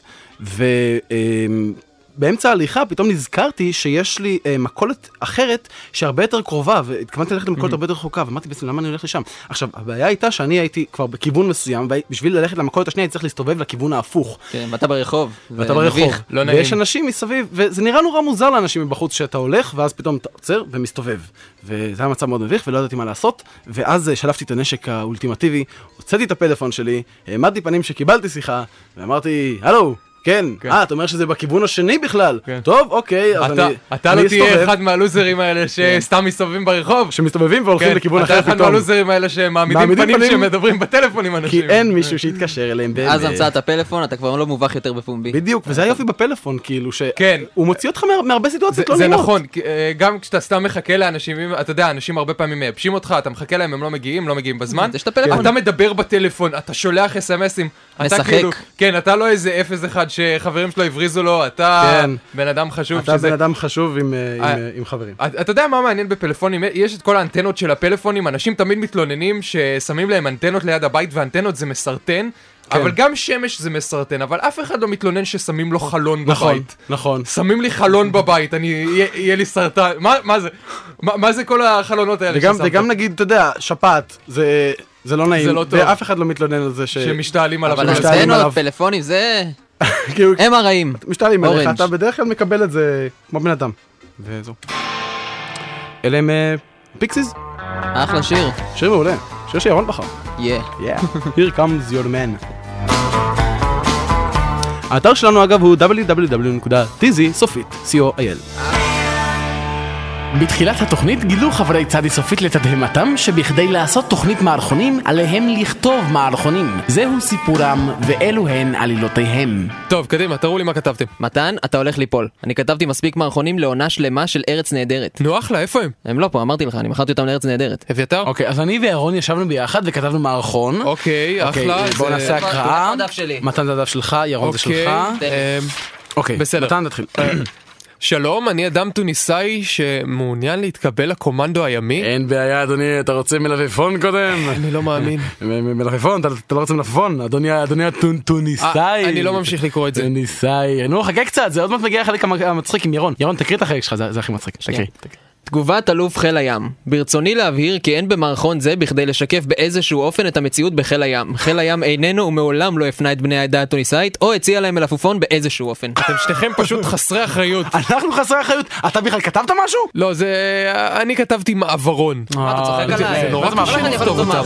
ובאמצע ההליכה פתאום נזכרתי שיש לי מכולת אחרת שהרבה יותר קרובה, והתכוונתי ללכת למכולת הרבה יותר רחוקה, ואמרתי בעצם למה אני הולך לשם. עכשיו, הבעיה הייתה שאני הייתי כבר בכיוון מסוים, ובשביל ללכת למכולת השנייה הייתי צריך להסתובב לכיוון ההפוך. כן, ואתה ברחוב. ואתה ברחוב. ויש אנשים מסביב, וזה נראה נורא מוזר לאנשים מבחוץ שאתה הולך, ואז פתאום אתה עוצר ומסתובב. וזה היה מצב מאוד מביך, ולא ידעתי מה לעשות, ואז שלפתי את הנשק האולטימטיבי, הוצאתי את הפלאפון שלי, העמדתי פנים שקיבלתי שיחה, ואמרתי, הלו, כן, אה, אתה אומר שזה בכיוון השני בכלל. טוב, אוקיי, אז אני אסתובב. אתה לא תהיה אחד מהלוזרים האלה שסתם מסתובבים ברחוב. שמסתובבים והולכים לכיוון אחר פתאום. אתה אחד מהלוזרים האלה שמעמידים פנים שמדברים בטלפון עם אנשים. כי אין מישהו שיתקשר אליהם באמת. אז המצאת הפלאפון, אתה כבר לא מובך יותר בפומבי. בדיוק, וזה היופי בפלאפון, כאילו שהוא מוציא אותך מהרבה סיטואציות לא נראות. זה נכון, גם כשאתה סתם מחכה לאנשים, אתה יודע, אנשים הרבה פעמים מייבשים אותך, אתה מחכה להם, הם לא מגיעים, לא מגיעים בזמן. אתה מדבר בטלפון, אתה שולח אס אם אסים, אתה כאילו, כן, אתה לא איזה אפס אחד שחברים שלו הבריזו לו, אתה בן אדם חשוב. אתה בן אדם חשוב עם חברים. אתה יודע מה מעניין בפלאפונים? יש את כל האנטנות של הפלאפונים, אנשים תמיד מתלוננים ששמים להם אנטנות ליד הבית, ואנטנות זה מסרטן, אבל גם שמש זה מסרטן, אבל אף אחד לא מתלונן ששמים לו חלון בבית. נכון. שמים לי חלון בבית, יהיה לי סרטן. מה זה? מה זה כל החלונות האלה ששמת? וגם נגיד, אתה יודע, שפעת, זה... זה לא נעים, ואף אחד לא מתלונן על זה ש... שמשתעלים עליו. אבל אצלנו, פלאפונים, זה... הם הרעים. משתעלים עליך, אתה בדרך כלל מקבל את זה כמו בן אדם. וזו. אלה הם פיקסיס? אחלה שיר. שיר מעולה. שיר שירון בחר. Yeah. Yeah. Here comes your man. האתר שלנו אגב הוא דאבליו דאבליו דאבליו נקודה טי זי סופית נקודה קו איי אל. בתחילת התוכנית גילו חברי צדי סופית לתדהמתם שבכדי לעשות תוכנית מערכונים עליהם לכתוב מערכונים. זהו סיפורם ואלו הן עלילותיהם. טוב, קדימה, תראו לי מה כתבתם. מתן, אתה הולך ליפול. אני כתבתי מספיק מערכונים לעונה שלמה של ארץ נהדרת. נו אחלה, איפה הם? הם לא פה, אמרתי לך, אני מכרתי אותם לארץ נהדרת. אביתר? אוקיי, אז אני ואירון ישבנו ביחד וכתבנו מערכון. אוקיי, אחלה. בוא נעשה הקראה. מתן זה הדף שלך, ירון זה שלך. אוקיי, בסדר. מתן תתחיל. שלום, אני אדם טוניסאי שמעוניין להתקבל לקומנדו הימי. אין בעיה, אדוני, אתה רוצה מלפפון קודם? אני לא מאמין. מלפפון? אתה לא רוצה מלפפון? אדוני הטוניסאי. אני לא ממשיך לקרוא את זה. טוניסאי. נו, חכה קצת, זה עוד מעט מגיע החלק המצחיק עם ירון. ירון, תקריא את החלק שלך, זה הכי מצחיק. תקריא. תגובת אלוף חיל הים. ברצוני להבהיר כי אין במערכון זה בכדי לשקף באיזשהו אופן את המציאות בחיל הים. חיל הים איננו ומעולם לא הפנה את בני העדה הטוניסאית או הציע להם מלפפון באיזשהו אופן. אתם שניכם פשוט חסרי אחריות. אנחנו חסרי אחריות? אתה בכלל כתבת משהו? לא, זה... אני כתבתי מעברון. מה אתה צוחק עליי? זה נורא קשה לכתוב אותם.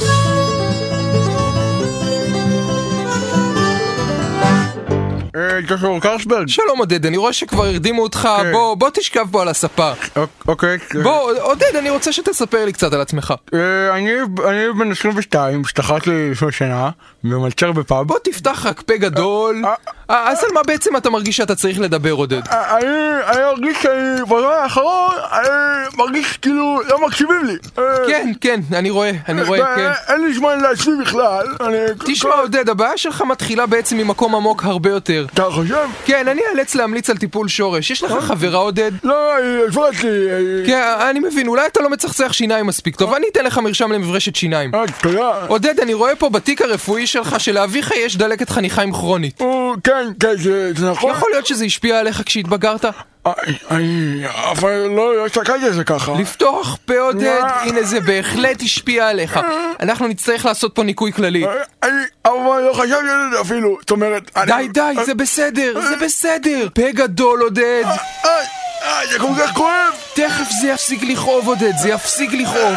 דוקטור קרלסברג. שלום עודד, אני רואה שכבר הרדימו אותך, בוא, בוא תשכב פה על הספה. אוקיי. בוא, עודד, אני רוצה שתספר לי קצת על עצמך. אני בן עשרים ושתיים, השתחררתי לפני שנה, ומלצר בפאב. בוא תפתח רק פה גדול. אז על מה בעצם אתה מרגיש שאתה צריך לדבר, עודד? אני מרגיש שאני, בזמן האחרון, אני מרגיש כאילו לא מקשיבים לי. כן, כן, אני רואה, אני רואה, כן. אין לי זמן לעצמי בכלל. תשמע עודד, הבעיה שלך מתחילה בעצם ממקום עמוק הרבה יותר. אתה חושב? כן, אני אאלץ להמליץ על טיפול שורש. יש לך חברה עודד? לא, היא הפרעת לי. כן, אני מבין, אולי אתה לא מצחצח שיניים מספיק טוב, אני אתן לך מרשם למברשת שיניים. אה, תודה. עודד, אני רואה פה בתיק הרפואי שלך שלאביך יש דלקת חניכיים כרונית. כן, כן, זה נכון. יכול להיות שזה השפיע עליך כשהתבגרת? אני... אבל לא הסתכלתי על זה ככה. לפתוח פה עודד, הנה זה בהחלט השפיע עליך. אנחנו נצטרך לעשות פה ניקוי כללי. אבל לא חשבתי על זה אפילו, זאת אומרת... די די, זה בסדר, זה בסדר. פה גדול עודד. זה כל כך כואב. תכף זה יפסיק לכאוב עודד, זה יפסיק לכאוב.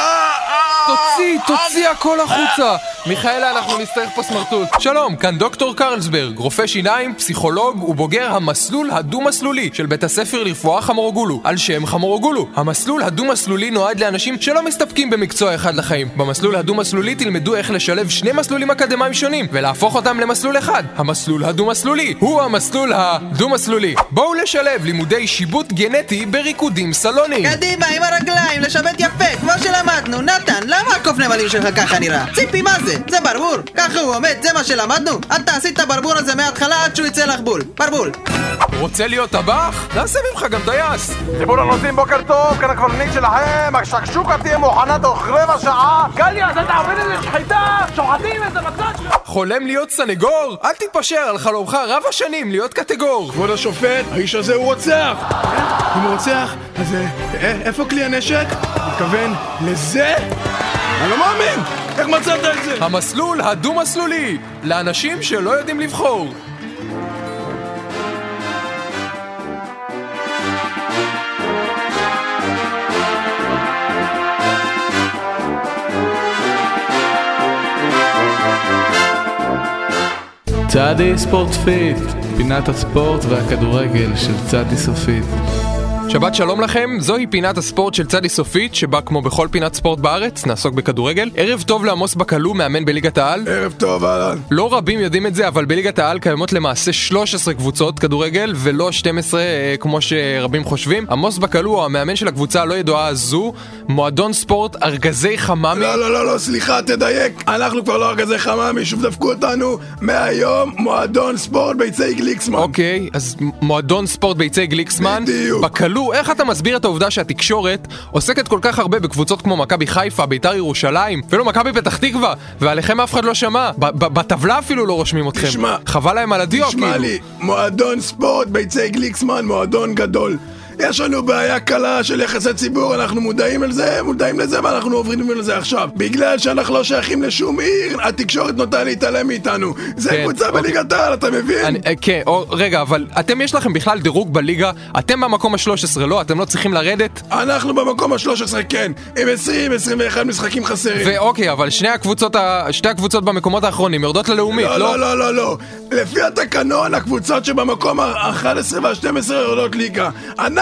תוציא, תוציא הכל החוצה. מיכאלה, אנחנו נצטרך פה סמרטוט. שלום, כאן דוקטור קרלסברג, רופא שיניים, פסיכולוג ובוגר המסלול הדו-מסלולי של בית הספר לרפואה חמורוגולו, על שם חמורוגולו. המסלול הדו-מסלולי נועד לאנשים שלא מסתפקים במקצוע אחד לחיים. במסלול הדו-מסלולי תלמדו איך לשלב שני מסלולים אקדמיים שונים ולהפוך אותם למסלול אחד. המסלול הדו-מסלולי הוא המסלול הדו-מסלולי. בואו לשלב לימודי שיבוט גנטי בריקודים סלוניים. קדימה עם הרגליים, לשבת יפה, כמו שלמדנו. נתן, למה הקוף נמלים שלך ככה נראה? ציפי, מה זה? זה ברבור. ככה הוא עומד, זה מה שלמדנו. אתה עשית ברבור הזה מההתחלה עד שהוא יצא לך בול. ברבול. רוצה להיות טבח? נעשה ממך גם טייס. ציבור הנוסעים, בוקר טוב, כאן הקברניט שלכם. השקשוקה תהיה מוכנה תוך רבע שעה. גליה, זה תעביר איזה שחיטה. שוחטים איזה מצד שלו. חולם להיות סנגור? אל תתפשר על חלומך רב השנים להיות קטגור. כבוד השופט, האיש הזה הוא רוצח. אם הוא רוצח, אז איפה כלי הנשק? מתכוון לזה? אני לא מאמין! איך מצאת את זה? המסלול הדו-מסלולי לאנשים שלא יודעים לבחור. צדי ספורט פיט, פינת הספורט והכדורגל של צדי סופית. שבת שלום לכם, זוהי פינת הספורט של צדי סופית, שבה כמו בכל פינת ספורט בארץ, נעסוק בכדורגל. ערב טוב לעמוס בקלו, מאמן בליגת העל. ערב טוב, אהלן. לא רבים יודעים את זה, אבל בליגת העל קיימות למעשה שלוש עשרה קבוצות כדורגל, ולא שתים עשרה כמו שרבים חושבים. עמוס בקלו, המאמן של הקבוצה הלא ידועה הזו, מועדון ספורט ארגזי חממי. לא, לא, לא, לא, סליחה, תדייק. אנחנו כבר לא ארגזי חממי, שוב דפקו אותנו. מהיום, מועדון ספורט ביצי גליקסמן. אוקיי, אז מועדון ספורט ביצי גליקסמן. בדיוק. בקלו, איך אתה מסביר את העובדה שהתקשורת עוסקת כל כך הרבה בקבוצות כמו מכבי חיפה, ביתר ירושלים, ולא מכבי פתח תקווה, ועליכם אף אחד לא שמע? בטבלה אפילו לא רושמים אתכם. תשמע, חבל להם על הדיו, כאילו. תשמע לי, מועדון ספורט ביצי גליקסמן, מועדון גדול. יש לנו בעיה קלה של יחסי ציבור, אנחנו מודעים לזה, מודעים לזה ואנחנו עוברים לזה עכשיו. בגלל שאנחנו לא שייכים לשום עיר, התקשורת נוטה להתעלם מאיתנו. זה כן, קבוצה אוקיי. בליגת העל, אתה מבין? אני, כן, או, רגע, אבל אתם יש לכם בכלל דירוג בליגה? אתם במקום ה-שלוש עשרה, לא? אתם לא צריכים לרדת? אנחנו במקום ה-שלוש עשרה, כן. עם עשרים עשרים ואחת משחקים חסרים. ואוקיי, אבל שני הקבוצות, ה... שתי הקבוצות במקומות האחרונים יורדות ללאומית, לא? לא, לא, לא, לא, לא. לפי התקנון, הקבוצות שבמקום ה-אחת עשרה וה-שתים עשרה יורדות ליגה. אנחנו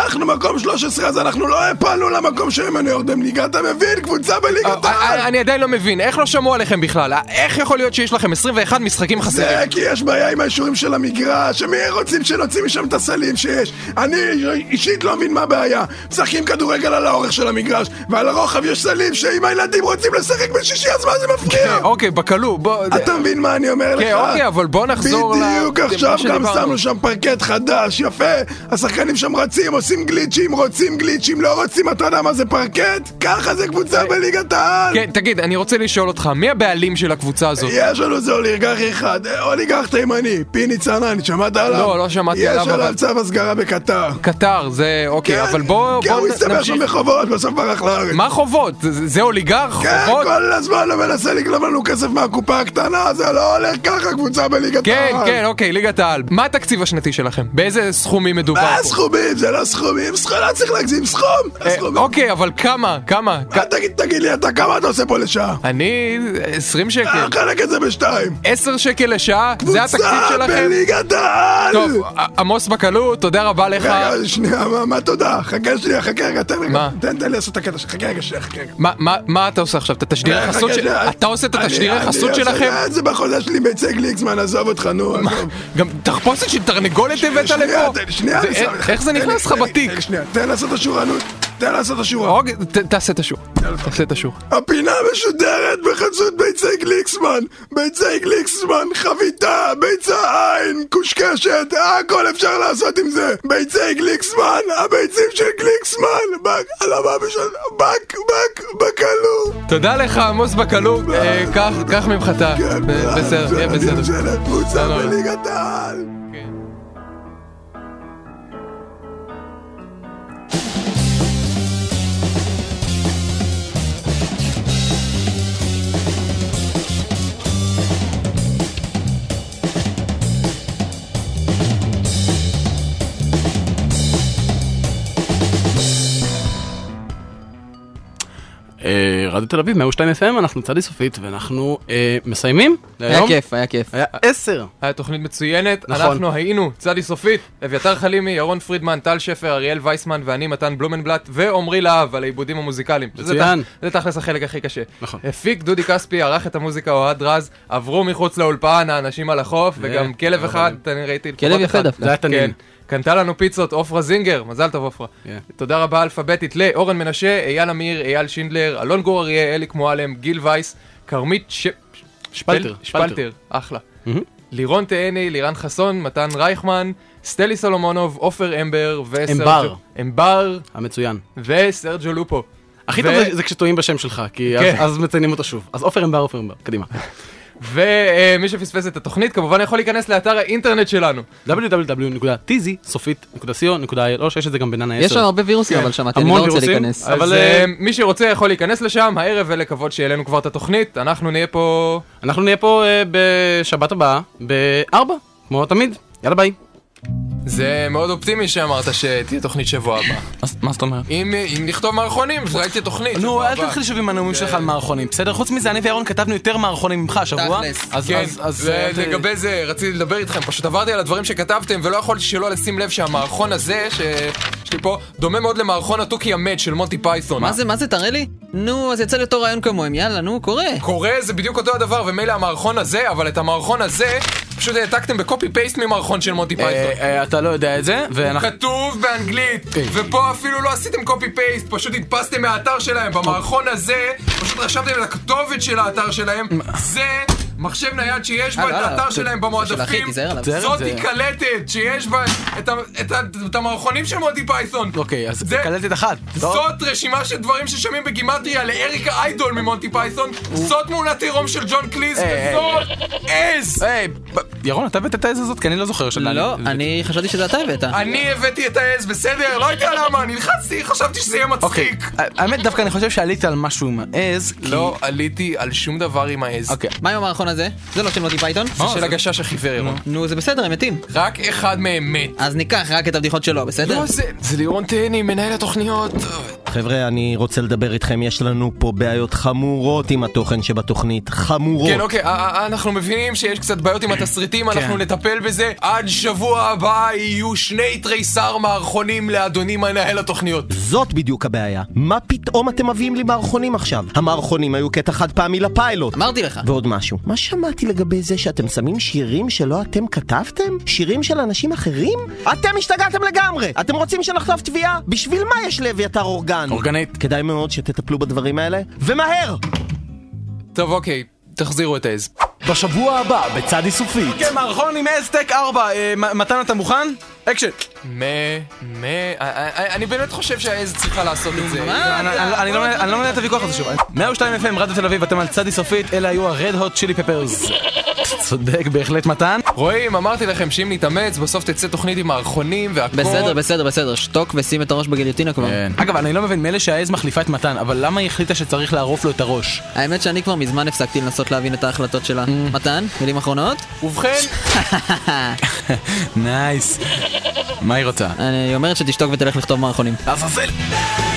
אנחנו מקום שלוש עשרה, אז אנחנו לא הפלנו למקום שממנו יורדים ליגה, אתה מבין? קבוצה בליגת העל. אני עדיין לא מבין, איך לא שמעו עליכם בכלל? איך יכול להיות שיש לכם עשרים ואחד משחקים חסרים? זה כי יש בעיה עם האישורים של המגרש, שמי רוצים שנוציא משם את הסלים שיש. אני אישית לא מבין מה הבעיה. משחקים כדורגל על האורך של המגרש, ועל הרוחב יש סלים שאם הילדים רוצים לשחק בשישי, אז מה זה מפריע? אוקיי, בקלו, בוא... אתה מבין מה אני אומר לך? אוקיי, אבל בוא נחזור ל... בדיוק עכשיו גם שמנו שם פרקט חדש, יפה. השחקנים שם רצים, עושים גליצ'ים, רוצים גליצ'ים, לא רוצים, אתה יודע מה זה פרקט? ככה זה קבוצה בליגת העל. כן, תגיד, אני רוצה לשאול אותך, מי הבעלים של הקבוצה הזאת? יש לנו זה אוליגרך אחד, אוליגרך תימני, פיני צנן, שמעת עליו? לא, לא שמעתי עליו. יש עליו צו הסגרה בקטר. קטר, זה אוקיי, אבל בוא... כן, הוא הסתבר שם בחובות, בסוף ברח לארץ. מה חובות? זה אוליגרך? כן, כל הזמן הוא מנסה לגנוב לנו כסף מהקופה הקטנה, זה לא הולך ככה, קבוצה בליגת העל. כן, כן, אוקיי, ליגת העל. מה התקציב השנתי שלכם? באיזה סכומים מדובר פה? מה סכומים? זה לא סכומים, לא צריך להגזים סכום. אוקיי, אבל כמה? כמה? תגיד לי, אתה כמה אתה עושה פה לשעה? אני עשרים שקל. חלק את זה בשתיים. עשר שקל לשעה? זה התקציב שלכם? קבוצה בליגת העל! טוב, עמוס בקלות, תודה רבה לך. רגע, שנייה, מה תודה? חכה שנייה, חכה רגע, תן רגע. תן לי לעשות את הקטע, חכה רגע, חכה רגע. מה אתה עושה עכשיו? את התשדיר החסות של... אתה עושה את התשדיר החסות שלכם? זה בחוזה שלי ביצי גליקסמן, עזוב אותך, נו. גם תחפושת של תרנגולת הבאת לפה? שנייה, איך זה נכנס לך בתיק? שנייה, תן לעשות את השורה, נו. תן לעשות את השורה. תעשה את השורה. תעשה את השורה. הפינה משודרת בחסות ביצי גליקסמן. ביצי גליקסמן, חביתה, ביצה עין, קושקשת, הכל אפשר לעשות עם זה. ביצי גליקסמן, הביצים של גליקסמן. בק, על הבא בשביל... בק, בק, בקלו. תודה לך, עמוס בקלו. קח ממחתה. בסדר, יהיה בסדר. של קבוצה בליגת העל. רדיו תל אביב, מאה ושתיים אף אם, אנחנו צדי סופית, ואנחנו מסיימים. היה כיף, היה כיף. היה עשר. היה תוכנית מצוינת, אנחנו היינו צדי סופית, אביתר חלימי, ירון פרידמן, טל שפר, אריאל וייסמן, ואני מתן בלומנבלט, ועומרי להב על העיבודים המוזיקליים. מצוין. זה תכלס החלק הכי קשה. נכון. הפיק דודי כספי, ערך את המוזיקה אוהד רז, עברו מחוץ לאולפן, האנשים על החוף, וגם כלב אחד, אני ראיתי... כלב יפה דווקא. זה היה תנין. קנתה לנו פיצות, אופרה זינגר, מזל טוב אופרה. Yeah. תודה רבה אלפביתית לאורן מנשה, אייל אמיר, אייל שינדלר, אלון גור אריה, אליק מועלם, גיל וייס, קרמית ש... שפלטר, שפלטר, אחלה. Mm-hmm. לירון תהני, לירן חסון, מתן רייכמן, סטלי סולומונוב, אופר אמבר וסרג'ו... אמבר. אמבר. המצוין. וסרג'ו לופו. הכי ו... טוב זה, זה כשטועים בשם שלך, כי okay. אז, אז מציינים אותו שוב. אז אופר אמבר, אופר אמבר, קדימה. ומי שפספס את התוכנית כמובן יכול להיכנס לאתר האינטרנט שלנו דאבליו דאבליו דאבליו נקודה טי זי סופית נקודה סי או נקודה איי ל או שיש את זה גם בננה עשר. יש שם הרבה וירוסים אבל שמעתי, אני לא רוצה להיכנס. אבל מי שרוצה יכול להיכנס לשם הערב ולכבוד שיעלינו כבר את התוכנית. אנחנו נהיה פה אנחנו נהיה פה בשבת הבאה בארבע כמו תמיד. יאללה ביי. זה מאוד אופטימי שאמרת שתהיה תוכנית שבוע הבא. מה זאת אומרת? אם נכתוב מערכונים, ראיתי תוכנית. נו, אל תתחיל שוב עם הנאומים שלך על מערכונים. בסדר, חוץ מזה, אני וירון כתבנו יותר מערכונים ממך השבוע. כן, ולגבי זה רציתי לדבר איתכם. פשוט עברתי על הדברים שכתבתם, ולא יכולתי שלא לשים לב שהמערכון הזה, שיש לי פה, דומה מאוד למערכון התוכי המת של מונטי פייתון. מה זה, מה זה, תראה לי? נו, אז יצא לי אותו רעיון כמוהם, יאללה, נו, קורא. קורא, זה בדיוק אותו הדבר, ומילא המערכון הזה, אבל את המערכון הזה פשוט העתקתם בקופי פייסט ממערכון של מונטי פייתון. אתה לא יודע את זה, ואנחנו... כתוב באנגלית, ופה אפילו לא עשיתם קופי פייסט, פשוט הדפסתם מהאתר שלהם. במערכון הזה, פשוט רשמתם את הכתובת של האתר שלהם. זה מחשב נייד שיש בה את האתר שלהם במועדפים. זאתי קלטת שיש בה את המערכונים של מונטי פייתון. אוקיי, אז זה קלטת אחת. זאת רשימה של דברים ששמים בגימטריה לאריק האיידול ממונטי פייתון. זאת תמונת עירום של ג'ון קליז, וזאת עז. ירון, אתה הבאת את העז הזאת? כי אני לא זוכר שלה. לא, אני חשבתי שזה אתה הבאת. אני הבאתי את העז, בסדר? לא יודע למה, נלחצתי, חשבתי שזה יהיה מצחיק. האמת, דווקא אני חושב שעליתי על משהו עם העז. לא עליתי על שום דבר עם העז. מה עם המערכון הזה? זה לא של מונטי פייתון? זה של הגשש החיוור, ירון. נו, זה בסדר, הם מתים. רק אחד מהם מת. אז ניקח רק את הבדיחות שלו, בסדר? לא, זה לירון תהני, מנהל התוכניות. חבר'ה, אני רוצה לדבר איתכם, יש לנו פה בעיות חמורות עם התוכן שבתוכנית, חמורות. כן, אוקיי, אנחנו מבינים שיש קצת בעיות עם התסריטים, אנחנו נטפל בזה. עד שבוע הבא יהיו שני תריסר מערכונים לאדוני מנהל התוכניות. זאת בדיוק הבעיה. מה פתאום אתם מביאים לי מערכונים עכשיו? המערכונים היו קטע חד פעמי לפיילוט. אמרתי לך. ועוד משהו. מה שמעתי לגבי זה שאתם שמים שירים שלא אתם כתבתם? שירים של אנשים אחרים? אתם השתגעתם לגמרי. אתם רוצים שנחטוף תביעה? בשביל מה יש לאביתר אורגן? אורגנית. כדאי מאוד שתטפלו בדברים האלה. ומהר! טוב, אוקיי. תחזירו את העז. בשבוע הבא, בצדי סופית. כן, מערכון עם עז טק ארבע. מתן, אתה מוכן? אקשן. מה, מה, אני באמת חושב שהעז צריכה לעשות את זה. אני לא מנהל את הוויכוח הזה שוב. מאה ושתיים אף אם, רדיו תל אביב, אתם על צדי סופית, אלה היו הרד הוט צ'ילי פפרס. צודק, בהחלט מתן. רואים, אמרתי לכם שאם נתאמץ, בסוף תצא תוכנית עם מערכונים והכל. בסדר, בסדר, בסדר, שתוק ושים את הראש בגיליוטינה כבר. אגב, אני לא מבין, מילא שהעז מחליפה את מתן, אבל למה היא החליטה שצריך לערוף לו את הראש? האמת שאני כבר מזמן הפסקתי לנסות להבין את ההחלטות שלה. מתן, מילים אחרונות? ובכן. נייס. מה היא רוצה? אני אומרת שתשתוק ותלך לכתוב מערכונים. לעזאזל.